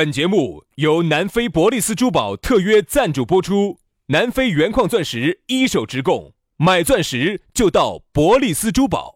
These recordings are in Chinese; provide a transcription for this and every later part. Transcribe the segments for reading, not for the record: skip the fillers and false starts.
本节目由南非伯利斯珠宝特约赞助播出，南非原矿钻石一手直供，买钻石就到伯利斯珠宝。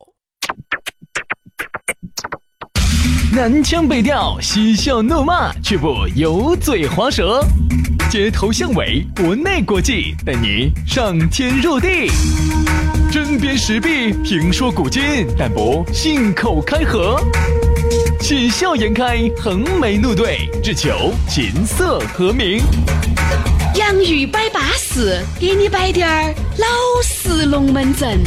南腔北调，嬉笑怒骂，却不油嘴滑舌，街头巷尾，国内国际，带你上天入地，针砭时弊，评说古今，但不信口开河，喜笑颜开，横眉怒对，只求琴瑟和鸣。 洋芋摆巴士，给你摆点儿老式龙门阵。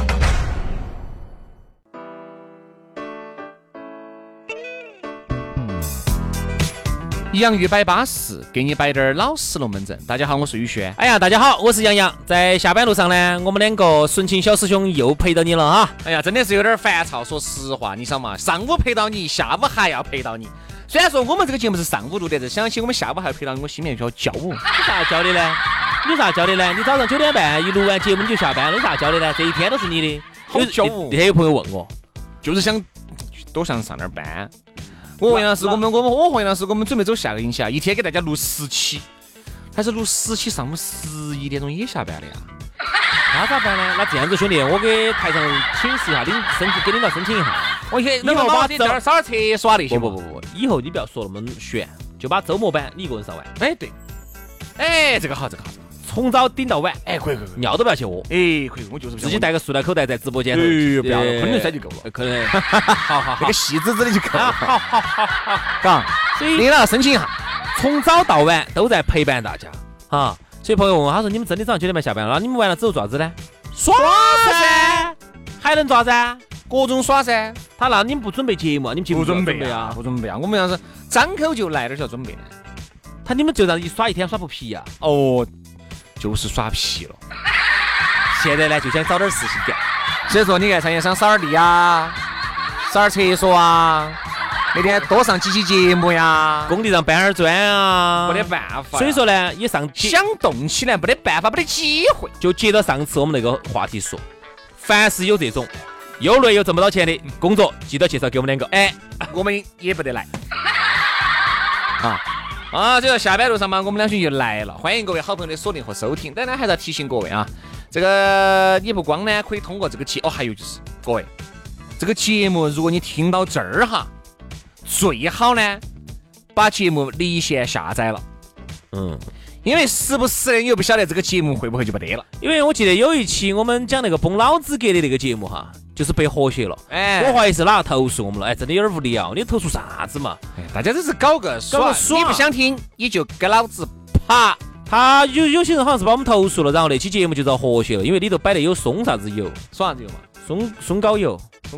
洋芋摆巴士，给你摆点老实龙门阵。大家好，我是宇轩。 哎呀，大家好，我是杨洋。在下班路上呢，我们两个纯情小师兄又陪到你了啊！ 哎呀，真的是有点烦躁。说实话，你想嘛，上午陪到你，下午还要陪到你。虽然说我们这个节目是上午录的，但想起我们下午还要陪到你，我心里面就要叫我。 有啥叫的呢？有啥叫的呢？你早上9点半一录完节目你就下班了，有啥叫的呢？这一天都是你的。 好叫我。 那天有朋友问我， 就是想多想上点班。我和杨老师，我和杨老师，我们准备走下个星期啊，一天给大家录10期，还是录10期，上午11点钟也下班了呀？ 那咋办呢？那这样子，兄弟，我给台上请示一下，给领导申请一下。 我以后把这扫厕所那些。 不，以后你不要说那么悬，就把周末班你一个人上完。 哎，对，哎，这个好。 从早顶到晚， 哎，可以， 尿都不要去屙， 哎，可以，我就是自己带个塑料口袋在直播间头， 不要了，昆仑山就够了， 可能，好， 那个细枝子的就够了，好，嘎， 所以领导申请一下， 从早到晚都在陪伴大家，啊，所以朋友问我，他说你们真的早上9点半下班了，那你们完了之后做啥子呢？耍噻，还能做啥子？ 各种耍噻。 他那你们不准备节目，你们节目不准备啊？ 不准备啊！我们要是张口就来，哪叫准备呢？ 你们就让一耍一天耍不皮呀？ 哦。就是耍皮了， 现在呢就想找点事情干， 所以说你看上也想扫点地啊，扫点厕所啊，那天多上几期节目呀， 工地上搬点砖啊， 没得办法。 所以说呢，也想动起来，没得办法，没得机会。 就接着上次我们那个话题说，凡是有这种又累又挣不到钱的工作，记得介绍给我们两个，哎， 我们也不得来这个下班路上嘛，我们两兄又来了，欢迎各位好朋友的锁定和收听。当然还是要提醒各位啊，这个你不光呢可以通过这个节还有就是各位，这个节目如果你听到这儿哈，最好呢把节目离线下载了，因为时不时的你又不晓得这个节目会不会就不得了。 因为我记得有一期我们讲那个崩老子格的那个节目哈，就是被和谐了。我怀疑是哪个投诉我们了？真的有点无聊，你投诉啥子嘛？ 大家都是搞个耍，你不想听你就给老子啪。 他有些人好像是把我们投诉了，然后那期节目就遭和谐了，因为里头摆的有松啥子油， 耍啥子油嘛？ 松糕油，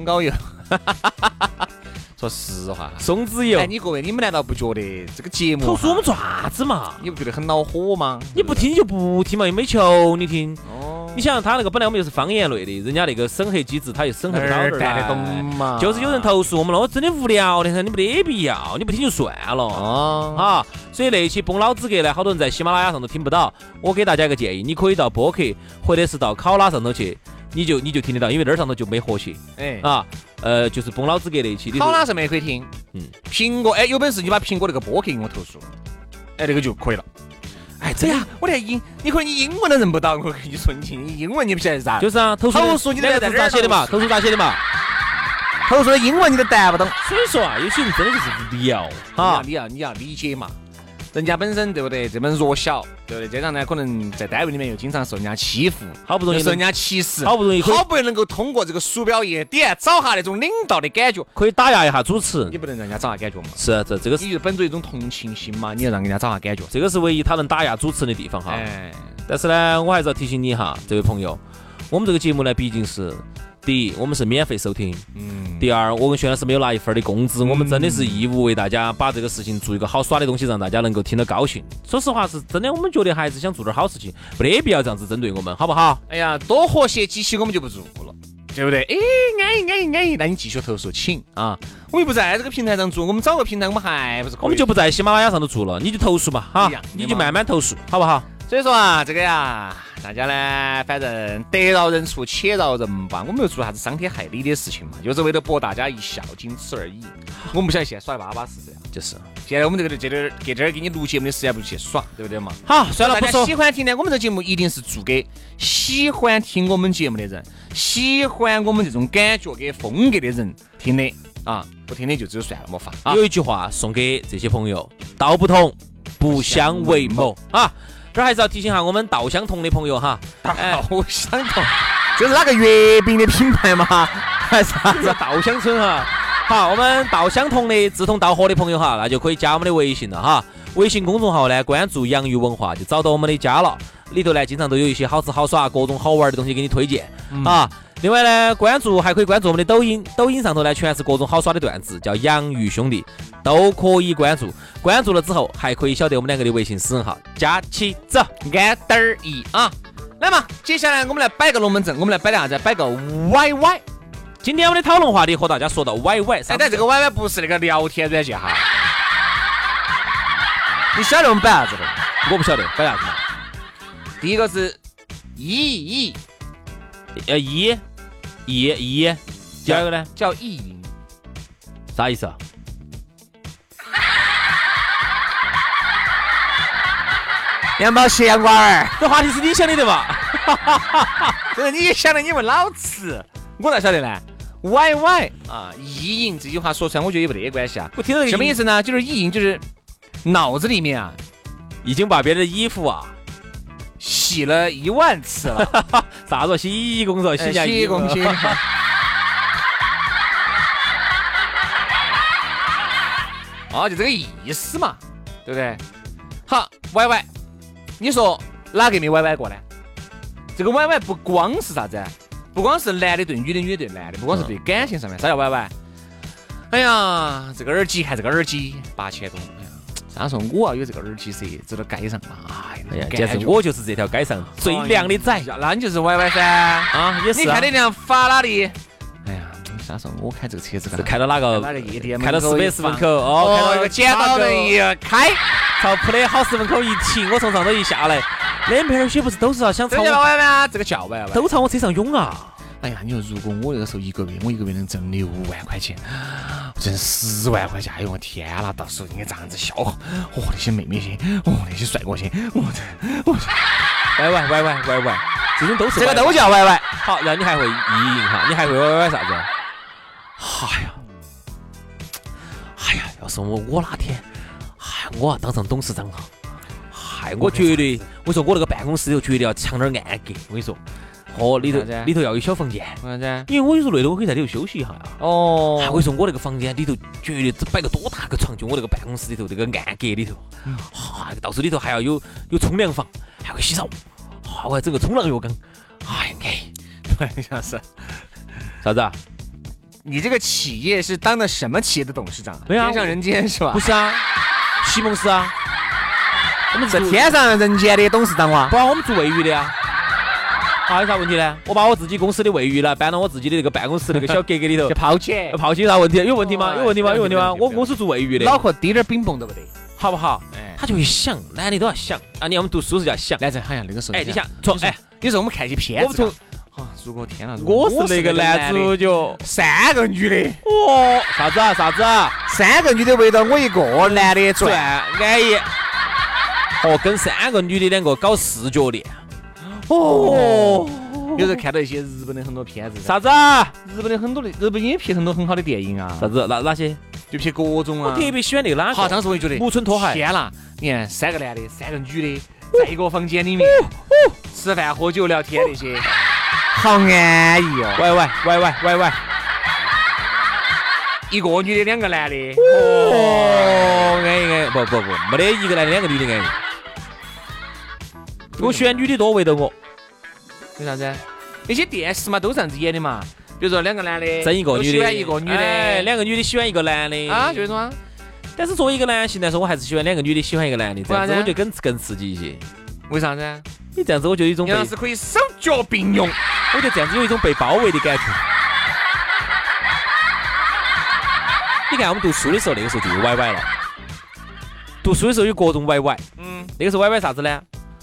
说实话， 松子油。 哎，各位，你们难道不觉得这个节目投诉我们做啥子嘛？ 你不觉得很恼火吗？ 你不听就不听嘛，又没求你听。你想他那个本来我们又是方言类的，人家那个审核机制他又审核不到这儿带得动嘛。 就是有人投诉我们了，我真的无聊的很，你没得必要，你不听就算了所以那一期崩老资格呢，好多人在喜马拉雅上都听不到。我给大家一个建议，你可以到播客或者是到考拉上头去，你就听得到，因为那儿上头就没和谐。就是崩老资格那一期， 考拉上面可以听。苹果有本事你把苹果那个播客给我投诉，那个就可以了。哎，这样我连你可能你英文都认不到，我跟你说，你英文你不晓得啥？ 就是投诉你那个咋写的嘛？投诉咋写的嘛？ 投诉的英文你都答不懂。 所以说有些人真的就是无聊你要理解嘛。人家本身对不对？这么弱小，对不对？加上呢，可能在单位里面又经常受人家欺负， 好不容易受人家歧视， 好不容易能够通过这个鼠标一点找下那种领导的感觉， 可以打压一下主持。 你不能让人家找下感觉嘛？ 是这个你就本着一种同情心嘛，你要让人家找下感觉， 这个是唯一他能打压主持的地方哈。但是呢，我还是要提醒你哈，这位朋友，我们这个节目呢，毕竟是第一，我们是免费收听。第二，我跟薛老师没有拿一分的工资，我们真的是义务为大家把这个事情做一个好耍的东西，让大家能够听得高兴。说实话，是真的，我们觉得还是想做点好事情，没得必要这样子针对我们，好不好？ 哎呀，多和谐几期我们就不做了，对不对？安逸，那你继续投诉，请啊！我们又不在这个平台上做，我们找个平台，我们还不是可以？ 我们就不在喜马拉雅上头做了，你就投诉嘛，哈，你就慢慢投诉，好不好？ 所以说啊，这个呀，大家呢，反正得饶人处且饶人吧，我们又做啥子伤天害理的事情嘛，就是为了博大家一笑，仅此而已。我们不晓得现在耍巴巴是这样， 就是现在我们这儿给你录节目的时间不去耍，对不对嘛？ 好，算了，不说。 喜欢听呢，我们这节目一定是做给喜欢听我们节目的人，喜欢我们这种感觉跟风格的人听的啊，不听的就只有算了没法。 有一句话送给这些朋友：道不同，不相为谋啊。这还是要提醒下我们道相同的朋友哈， 道相同，这是哪个月饼的品牌吗？还是啥子稻香村哈？好，我们道相同的志同道合的朋友哈，那就可以加我们的微信了哈。微信公众号呢，关注洋芋文化就找到我们的家了。里头呢，经常都有一些好吃好耍、各种好玩的东西给你推荐啊。另外呢，还可以关注我们的抖音，抖音上头呢全是各种好耍的段子，叫洋芋兄弟，都可以关注。关注了之后，还可以晓得我们两个的微信私人号，加起走， 安得儿一啊。来嘛，接下来我们来摆个龙门阵，我们来摆啥子？摆个 YY。 今天我们的讨论话题和大家说到 YY， 但这个 YY 不是那个聊天软件哈。你晓得我们摆啥子的？ 我不晓得摆啥子。 第一个是意义，第二个呢叫意淫， 啥意思啊？ 羊毛鞋羊瓜儿， 这话题是你想的对吧？ 这是你想的，你问老子，我哪晓得呢？YY 啊，意淫这句话说出来，我觉得也没得关系啊。 我听到什么意思呢？就是意淫，就是脑子里面啊， 已经把别人的衣服啊洗了10000次了。 啥子洗衣工作？洗衣工具。哦，就这个意思嘛，对不对？好 ，YY， 你说哪个没 YY 过呢？这个 YY 不光是啥子，不光是男的对女的，女的对男的，不光是对感情上面，啥叫 YY？ 哎呀，这个耳机看这个耳机8000多，哎呀，他说我要有这个耳机噻，走到街上嘛，哎呀， 简直我就是这条街上最靓的仔， 那你就是 YY 噻啊，也是。你看那辆法拉利，哎呀。他说我开这个车子开到哪个夜店开到410门口哦，开到一个剪刀人一开， 朝普的好10门口一停，我从上头一下来，那边些不是都是想朝这叫 YY 吗？这个叫 YY， 都朝我车上涌啊！ 哎呀，你说如果我那个时候一个月能挣6万块钱，挣10万块钱，哎呦我天啦！到时候应该这样子笑话，那些妹妹些，那些帅哥些， YY， 这种都是这个都叫 YY。 好，然后你还会意淫哈，你还会 YY 啥子？哎呀，要是我哪天，我要当上董事长了，我绝对，我说我那个办公室里头绝对要藏点暗格，我跟你说，里头要有小房间， 为啥子？ 因为我有时候累了，我可以在里头休息一下呀。 哦， 我跟你说，我那个房间里头绝对只摆个多大个床，就我那个办公室里头这个暗格里头，到时候里头还要有冲凉房，还有个洗澡，我还整个冲浪浴缸， 像是啥子啊？ 你这个企业是当的什么企业的董事长？ 没有天上人间是吧？ 不是啊，西蒙斯啊， 我们是天上人间的董事长哇！ 不，我们做卫浴的呀。有啥问题呢？我把我自己公司的卫浴了搬到我自己的那个办公室那个小格格里头， 就泡起有啥问题？有问题吗？有问题吗？我公司做卫浴的， 脑壳滴点冰崩都不得， 好不好？他就会想，男的都要想啊！我们读书是叫想， 男人好像那个时候， 你想从有时候我们看一些片子，如果天哪， 我是那个男主角 ，3个女的， 啥子啊 ？3个女的围着我一个男的转， 安逸，跟3个女的2个搞视觉恋， 有时候看到一些日本的很多片子， 啥子啊？ 日本也拍很多很好的电影啊， 啥子？哪些？ 就拍各种啊。 我特别喜欢那个哪个？ 好，当时我就觉得木村拓哉。 天啦，你看3个男的，3个女的，在一个房间里面吃饭喝酒聊天那些，好安逸哦。 喂， 一个女的2个男的， 安逸，不，没得一个男的2个女的安逸。我喜欢女的多围着我。 为啥子？那些电视嘛都这样子演的嘛，比如说2个男的争一个女的， 喜欢一个女的 ，2个女的喜欢一个男的啊，就是说。 但是作为一个男性来说，我还是喜欢2个女的喜欢一个男的，这样子我觉得更刺激一些。 为啥子？ 你这样子我觉得一种要是可以手脚并用， 我觉得这样子有一种被包围的感觉。你看我们读书的时候，那个时候就有 YY 了。读书的时候有各种 YY，那个时候 YY 啥子呢？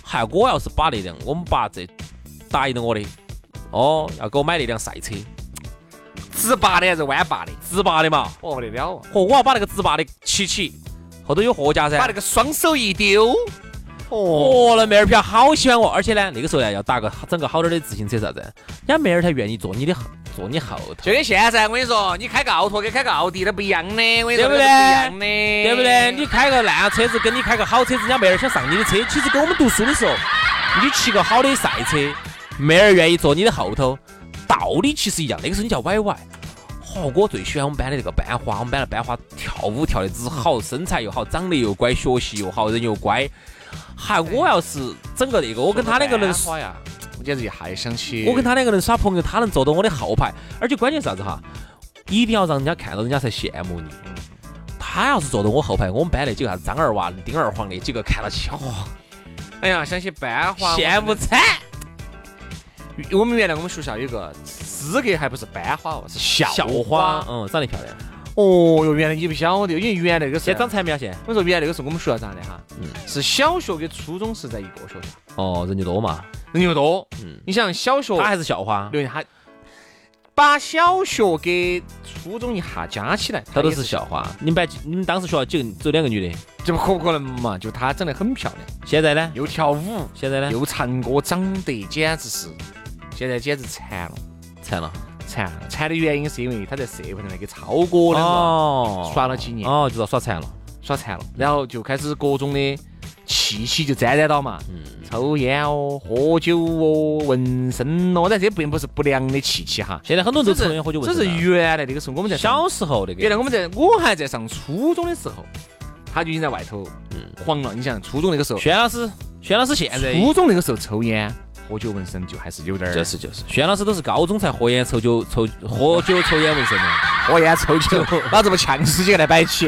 嗨，我要是把那辆我们爸这答应了我的，要给我买那辆赛车， 直拔的还是弯拔的？ 直拔的嘛， 哦不得了啊！ 我要把那个直拔的骑起，后头有货架噻， 把那个双手一丢， 那妹儿票好喜欢我，而且呢，那个时候呢要打个整个好点的自行车啥子，人家妹儿才愿意坐你后头。 就跟现在我跟你说，你开个奥拓跟开个奥迪都不一样的，我跟你说对不对？ 不一样的， 对不对？你开个烂车子跟你开个好车子，人家妹儿想上你的车，其实跟我们读书的时候，你骑个好的赛车，妹儿愿意坐你的后头，道理其实一样。那个时候你叫歪歪。我最喜欢我们班的那个班花，我们班的班花跳舞跳得之好，身材又好，长得又乖，学习又好，人又乖。我要是整个那个，我跟他两个人耍呀，我简直还想起。 我跟他两个人耍朋友，他能坐到我的后排，而且关键是啥子哈？一定要让人家看到，人家才羡慕你。他要是坐到我后排，我们班那几个啥子张二娃、丁二黄那几个看到起， 哎呀，想起班花， 羡慕惨。 我们原来我们学校有个资格还不是班花，是校花，长得漂亮。 哦哟，原来你不晓得，因为原来那个现在长才苗现。 我说原来那个时候我们学校长的哈，是小学跟初中是在一个学校。 人就多嘛， 人又多。你想小学， 他还是校花， 他把小学跟初中一下加起来， 他都是校花。你们当时学校只有2个女的， 这不可能嘛？就她长得很漂亮。 现在呢？ 又跳舞， 现在呢？ 又唱歌，长得简直是，现在简直惨了。惨的原因是因为他在社会上给超过了，耍了几年， 就知道耍残了， 然后就开始各种的气息就沾染到嘛，抽烟喝酒纹身但这并不是不良的气息哈。 现在很多人都抽烟喝酒纹身， 这是原来那个时候我们在小时候那个， 原来我还在上初中的时候，他就已经在外头黄了。你想初中那个时候， 轩老师现在初中那个时候抽烟。喝酒纹身就还是有点儿， 就是，轩老师都是高中才喝烟抽烟纹身的， 喝烟抽酒，老子不呛死几个来摆起。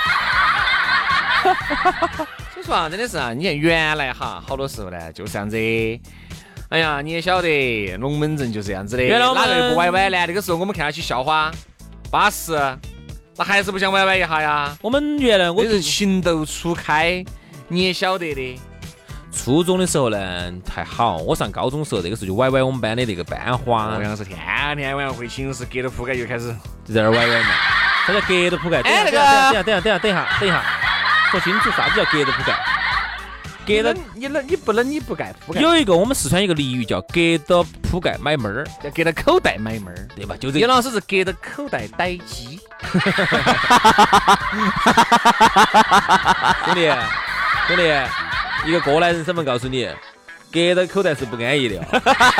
所以说啊，真的是啊，你看原来哈，好多时候呢就是这样子。哎呀，你也晓得龙门阵就是这样子的，哪个又不歪歪呢？那个时候我们看到起校花巴适，那还是不想歪歪一下呀？ 我们原来我是情窦初开，你也晓得的。 初中的时候呢还好，我上高中的时候那个时候就歪歪我们班的那个班花， 好像是天天晚上回寝室隔着铺盖就开始就在那儿歪歪嘛。他叫隔着铺盖。 哎，那个等一下，说清楚啥子叫隔着铺盖？隔着你不冷你不盖铺盖。 有一个我们四川一个俚语叫隔着铺盖买妹儿， 叫隔着口袋买妹儿， 对吧？就这。 叶老师是隔着口袋逮鸡。 兄弟。一个过来人身份告诉你，隔着口袋是不安逸的，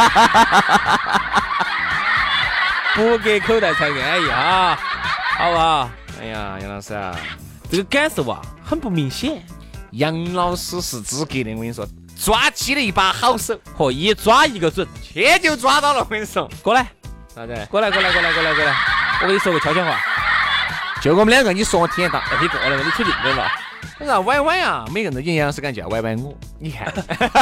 不隔口袋才安逸哈，好不好？ 哎呀，杨老师啊， 这个感受啊很不明显。 杨老师是资格的，我跟你说，抓鸡的一把好手， 一抓一个准， 切就抓到了。我跟你说， 过来， 啥子？ 过来，我跟你说个悄悄话， 就我们2个，你说我听得到。 你过来吧，你处定对吧？ 我说歪歪啊，每个人都杨老师敢叫歪歪我，你看，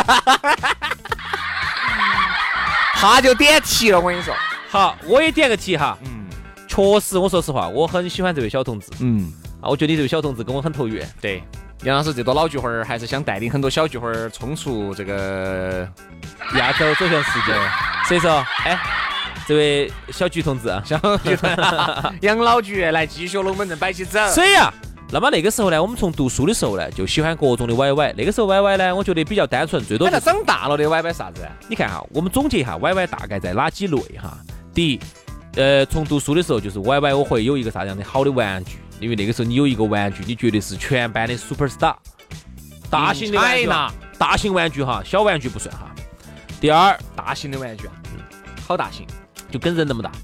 他就点题了。我跟你说， 好，我也点个题哈。确实，我说实话，我很喜欢这位小同志。我觉得你这位小同志跟我很投缘。 对，杨老师这多老巨魂还是想带领很多小巨魂冲出这个亚洲，走向世界。所以说，这位小巨同志啊， 小巨杨老巨来继续龙门阵摆起走。 所以啊。那么那个时候呢，我们从读书的时候呢，就喜欢各种的歪歪。那个时候歪歪呢，我觉得比较单纯，最多。 长大了的歪歪啥子？ 你看哈，我们总结一下歪歪大概在哪几类哈？第一，从读书的时候就是歪歪，我会有一个啥样的好的玩具，因为那个时候你有一个玩具，你绝对是全班的 superstar。大型的玩具，大型玩具哈，小玩具不算哈。第二， 大型的玩具啊，好大型， 就跟人那么大。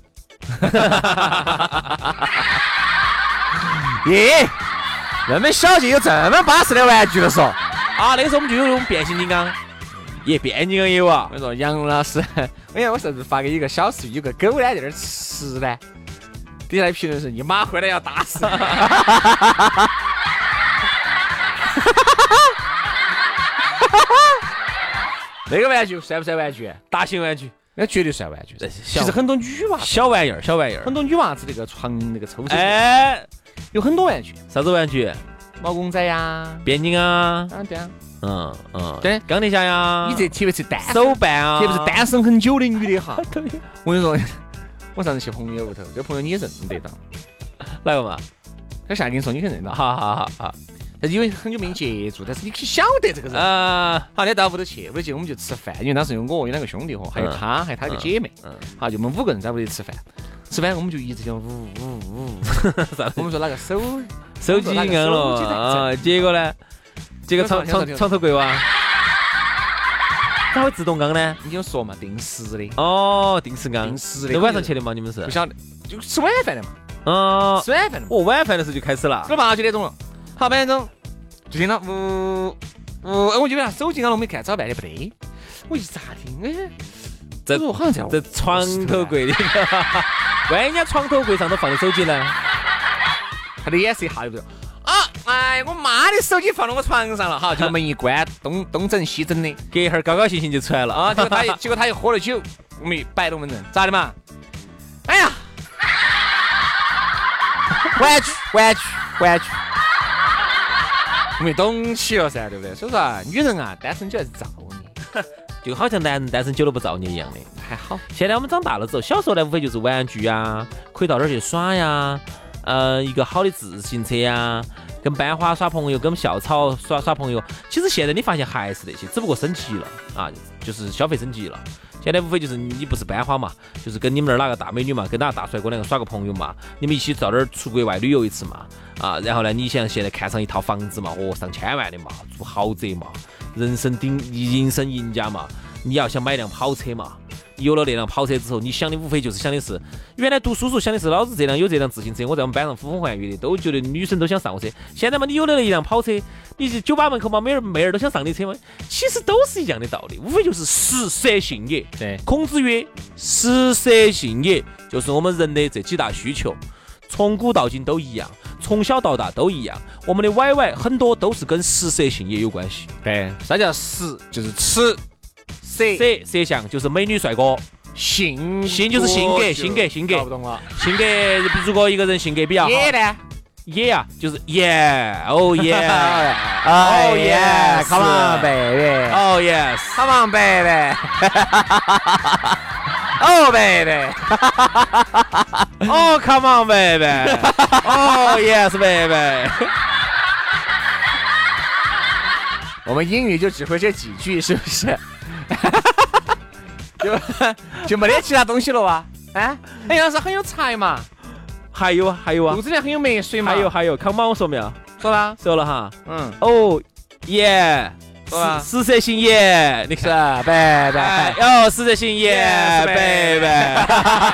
耶！那么小就有这么巴适的玩具了说啊！那个时候我们就有那种变形金刚，变形金刚也有啊。 我说杨老师，我是不是发给一个小视频，有个狗呢在那儿吃呢？底下的评论是：你妈回来要打死。那个玩具算不算玩具？ 大型玩具， 那绝对算玩具。其实很多女娃小玩意儿， 很多女娃子那个床那个抽屉， 有很多玩具。 啥子玩具？ 毛公仔呀， 变形啊， 对啊， 对， 钢铁侠呀， 你这特别是单手办啊， 特别是单身很久的女的哈。我跟你说，我上次去朋友屋头，这个朋友你也认得到， 来个嘛？ 他下跟你说你肯认得到， 好， 但是因为很久没接触，但是你可以晓得这个人。好，那到屋头去，屋头去我们就吃饭，因为当时有我有两个兄弟伙，还有他，还有他一个姐妹，好，就我们5个人在屋里吃饭。吃饭我们就一直讲我们说哪个手机硬了啊，结果呢？结果床头柜哇，咋会自动钢呢？ 你就说嘛，定时的。 哦，定时钢， 定时的。 那晚上去的吗？你们是？ 不晓得，就吃晚饭的嘛。吃晚饭的。 晚饭的时候就开始了。 吃8、9点钟了。好，8点钟就听到我就把手机我没看，找半天不得。我一咋听？我好像在床头柜里。万一人家床头柜上头放的手机呢？ 他的眼色一下就不我妈的手机放到我床上了哈，就门一关，东整西整的， 隔一会儿高高兴兴就出来了啊。 结果他又喝了酒，我们摆龙门阵，咋的嘛？哎呀，玩具，我们懂起了噻，对不对？所以说啊，女人啊，单身久还是造孽， 就好像男人单身久了不造孽一样的。 还好， 现在我们长大了之后，小时候呢无非就是玩具啊，可以到哪儿去耍呀，一个好的自行车呀，跟班花耍朋友，跟校草耍朋友。其实现在你发现还是那些，只不过升级了啊，就是消费升级了。现在无非就是你不是班花嘛，就是跟你们那儿哪个大美女嘛，跟哪个大帅哥两个耍个朋友嘛，你们一起到那儿出国外旅游一次嘛，啊，然后呢，你想现在看上一套房子嘛，上千万的嘛，住豪宅嘛，人生赢家嘛，你要想买辆跑车嘛。有了那辆跑车之后，你想的无非就是想的是，原来读书时候想的是老子这辆自行车，我在我们班上呼风唤雨的，都觉得女生都想上我车。现在嘛，你有了一辆跑车，你是酒吧门口嘛，妹儿都想上你车嘛，其实都是一样的道理，无非就是食色性也。 对， 孔子曰：“食色性也，就是我们人的这几大需求，从古到今都一样，从小到大都一样。我们的歪很多都是跟食色性也有关系。 对，啥叫食？就是吃。 色相就是美女帅哥，性就是性格， 搞不懂了。 性格，如果一个人性格比较好， 野呢？ 野啊，就是oh yeah， oh yeah，come on baby，oh yes，come on baby，oh baby，oh come on baby，oh yes baby。 我们英语就只会这几句，是不是？就没得其他东西了哇？哎，要是很有才嘛？ 还有啊， 肚子里面很有墨水嘛？ 还有，康宝我说没有？ 说了哈。 哦耶，食色性也，你看， 拜， 食色性也，拜。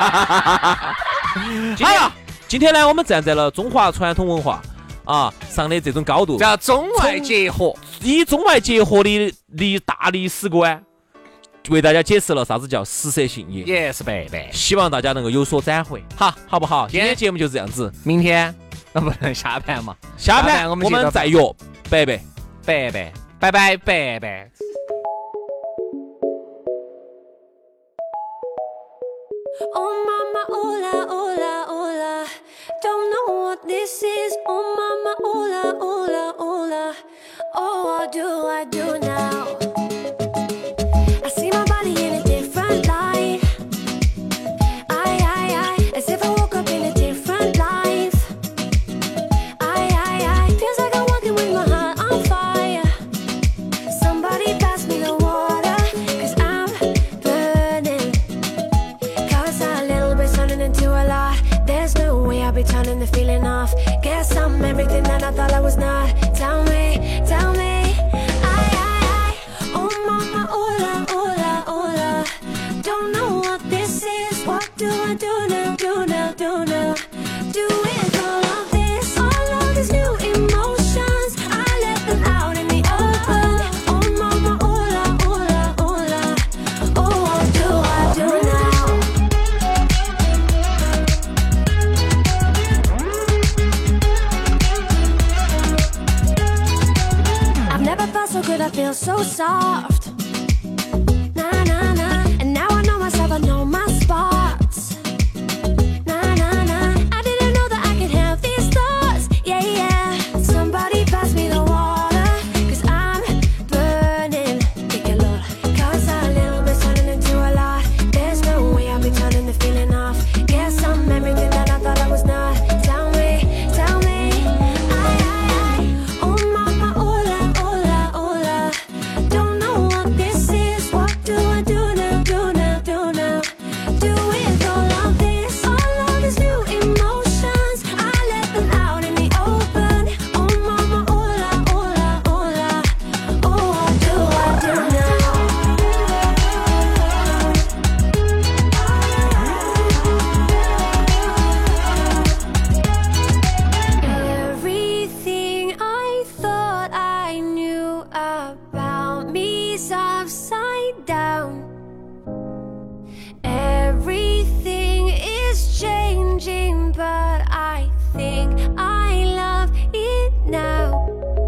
今天呢，我们站在了中华传统文化上的这种高度， 叫中外结合， 以中外结合的大历史观，为大家解释了啥子叫食色性也。 Yes baby， 希望大家能够有所展会，好不好？今天节目就这样子， 明天那不能下盘嘛？ 下盘我们再约，拜拜。 Oh mama, oola, oola, oola. Don't know what this is. Oh mama, oola, oola, oola. Oh, what do I do now? I see my body in a different light. I, as if I woke up in a different life. I, feels like I'm walking with my heart on fire. Somebody pass me the water, 'cause I'm burning. Cause a little bit turning into a lot. There's no way I'll be turning the feeling off. Guess I'm everything that I thought I was not. Tell me. I, oh mama, oola, oola, oola. Don't know what this is. What do I do now, do now, do now? Do with all of this, all of these new emotions. I let them out in the open. Oh mama, oola, oola, oola. Oh, what do I do now? I've never felt so good, I feel so soft. Nah, nah, nah. And now I know myself, I know my spots. Nah, nah, nah. I didn't know that I could have these thoughts. Yeah, yeah. Somebody pass me the water, 'cause I'm burning. about me's upside down. Everything is changing, but I think I love it now.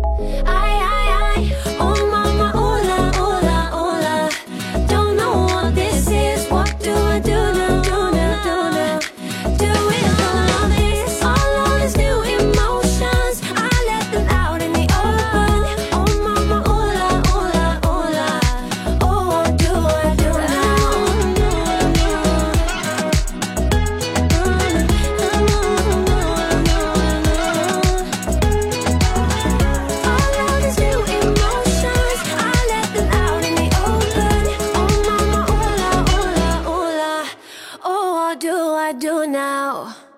Oh mama, ooh la, ooh la, ooh la. Don't know what this is. What do I do now, do now, do now? Do it all this, all of these new emotions. I let them out in the open. Oh mama, ooh la, ooh la, ooh la. Oh, what do I do now? All of these new emotions, I let them out in the open. Oh mama, ooh la, ooh la, ooh la. Oh, what do I do now?